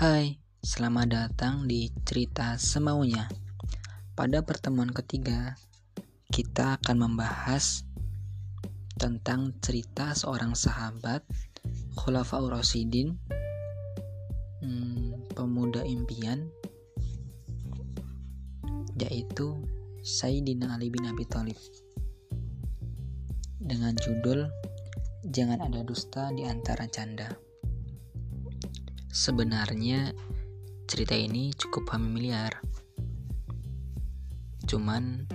Hai, selamat datang di cerita semaunya. Pada pertemuan ketiga, kita akan membahas tentang cerita seorang sahabat Khulafaur Rasyidin, pemuda impian, yaitu Sayyidina Ali bin Abi Thalib, dengan judul Jangan Ada Dusta di Antara Canda. Sebenarnya cerita ini cukup familiar, cuman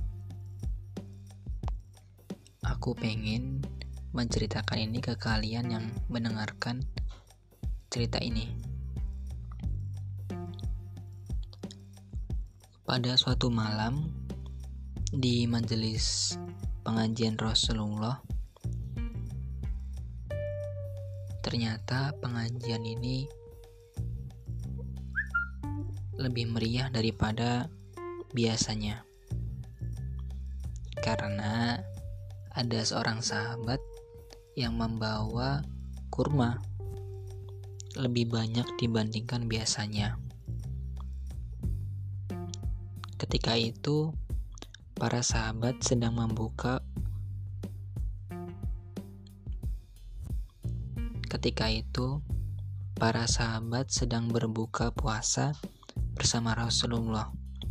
aku pengen menceritakan ini ke kalian yang mendengarkan cerita ini. Pada suatu malam di majelis pengajian Rasulullah, ternyata pengajian ini lebih meriah daripada biasanya, karena ada seorang sahabat yang membawa kurma lebih banyak dibandingkan biasanya. Ketika itu para sahabat sedang berbuka puasa bersama Rasulullah.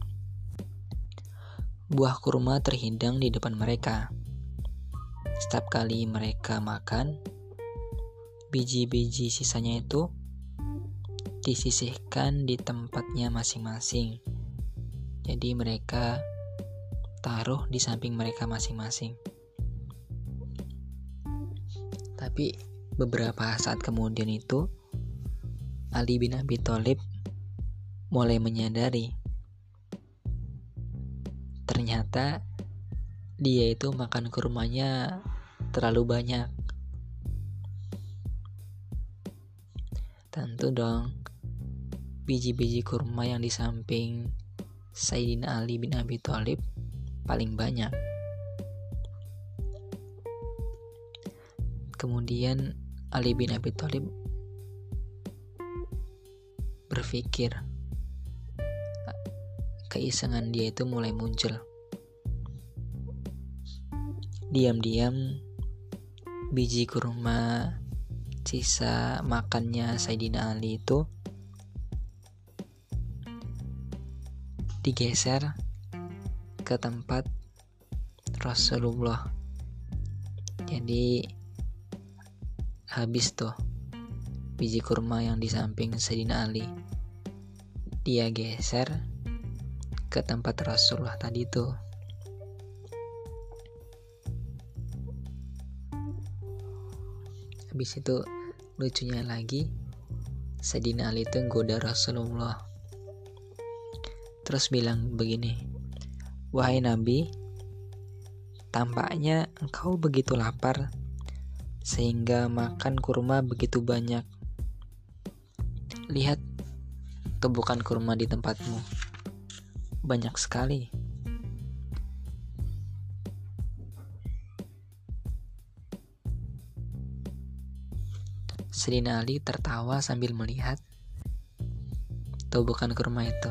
Buah kurma terhidang di depan mereka. Setiap kali mereka makan, biji-biji sisanya itu disisihkan di tempatnya masing-masing. Jadi mereka taruh di samping mereka masing-masing. Tapi beberapa saat kemudian itu, Ali bin Abi Thalib mulai menyadari ternyata dia itu makan kurmanya terlalu banyak. Tentu dong, biji-biji kurma yang di samping Sayyidina Ali bin Abi Thalib paling banyak. Kemudian Ali bin Abi Thalib berpikir, keisengan dia itu mulai muncul. Diam-diam biji kurma sisa makannya Sayyidina Ali itu digeser ke tempat Rasulullah. Jadi habis tuh biji kurma yang di samping Sayyidina Ali, dia geser ke tempat Rasulullah tadi tuh. Habis itu lucunya lagi, Sayyidina Ali itu goda Rasulullah, terus bilang begini, "Wahai Nabi, tampaknya engkau begitu lapar sehingga makan kurma begitu banyak. Lihat tumpukan kurma di tempatmu, banyak sekali." Sayyidina Ali tertawa sambil melihat tumpukan kurma itu.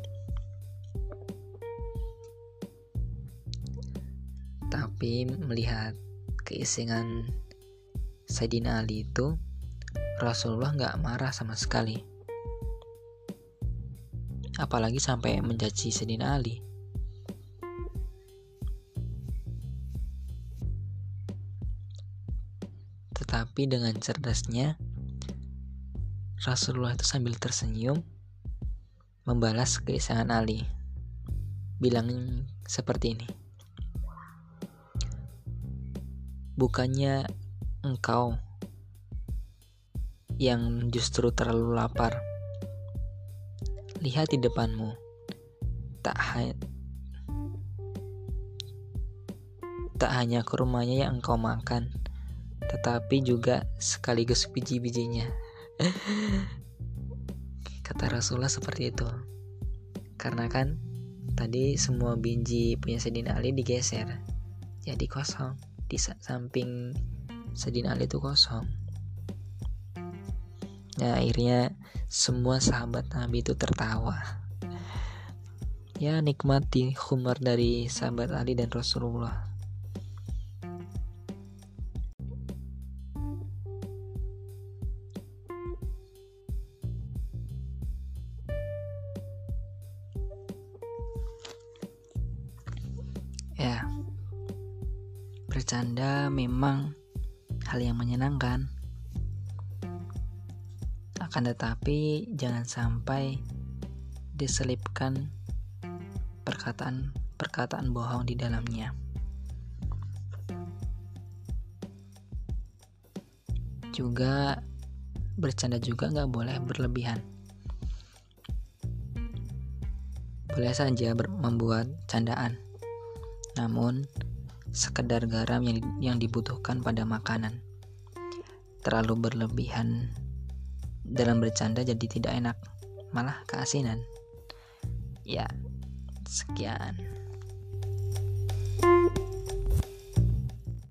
Tapi melihat keisengan Sayyidina Ali itu, Rasulullah gak marah sama sekali. Apalagi sampai mencaci Sayyidina Ali. Tetapi dengan cerdasnya, Rasulullah itu sambil tersenyum membalas keisengan Ali, bilang seperti ini, "Bukannya engkau yang justru terlalu lapar? Lihat di depanmu, tak hanya kurmanya yang engkau makan, tetapi juga sekaligus biji-bijinya." Kata Rasulullah seperti itu, karena kan tadi semua biji punya Sayyidina Ali digeser, jadi kosong. Di samping Sayyidina Ali itu kosong. Ya akhirnya semua sahabat Nabi itu tertawa. Ya nikmati humor dari sahabat Ali dan Rasulullah. Ya, bercanda memang hal yang menyenangkan. Akan tetapi jangan sampai diselipkan perkataan bohong di dalamnya. Juga bercanda juga nggak boleh berlebihan. Boleh saja membuat candaan, namun sekedar garam yang dibutuhkan pada makanan. Terlalu berlebihan dalam bercanda jadi tidak enak, malah keasinan. Ya, sekian.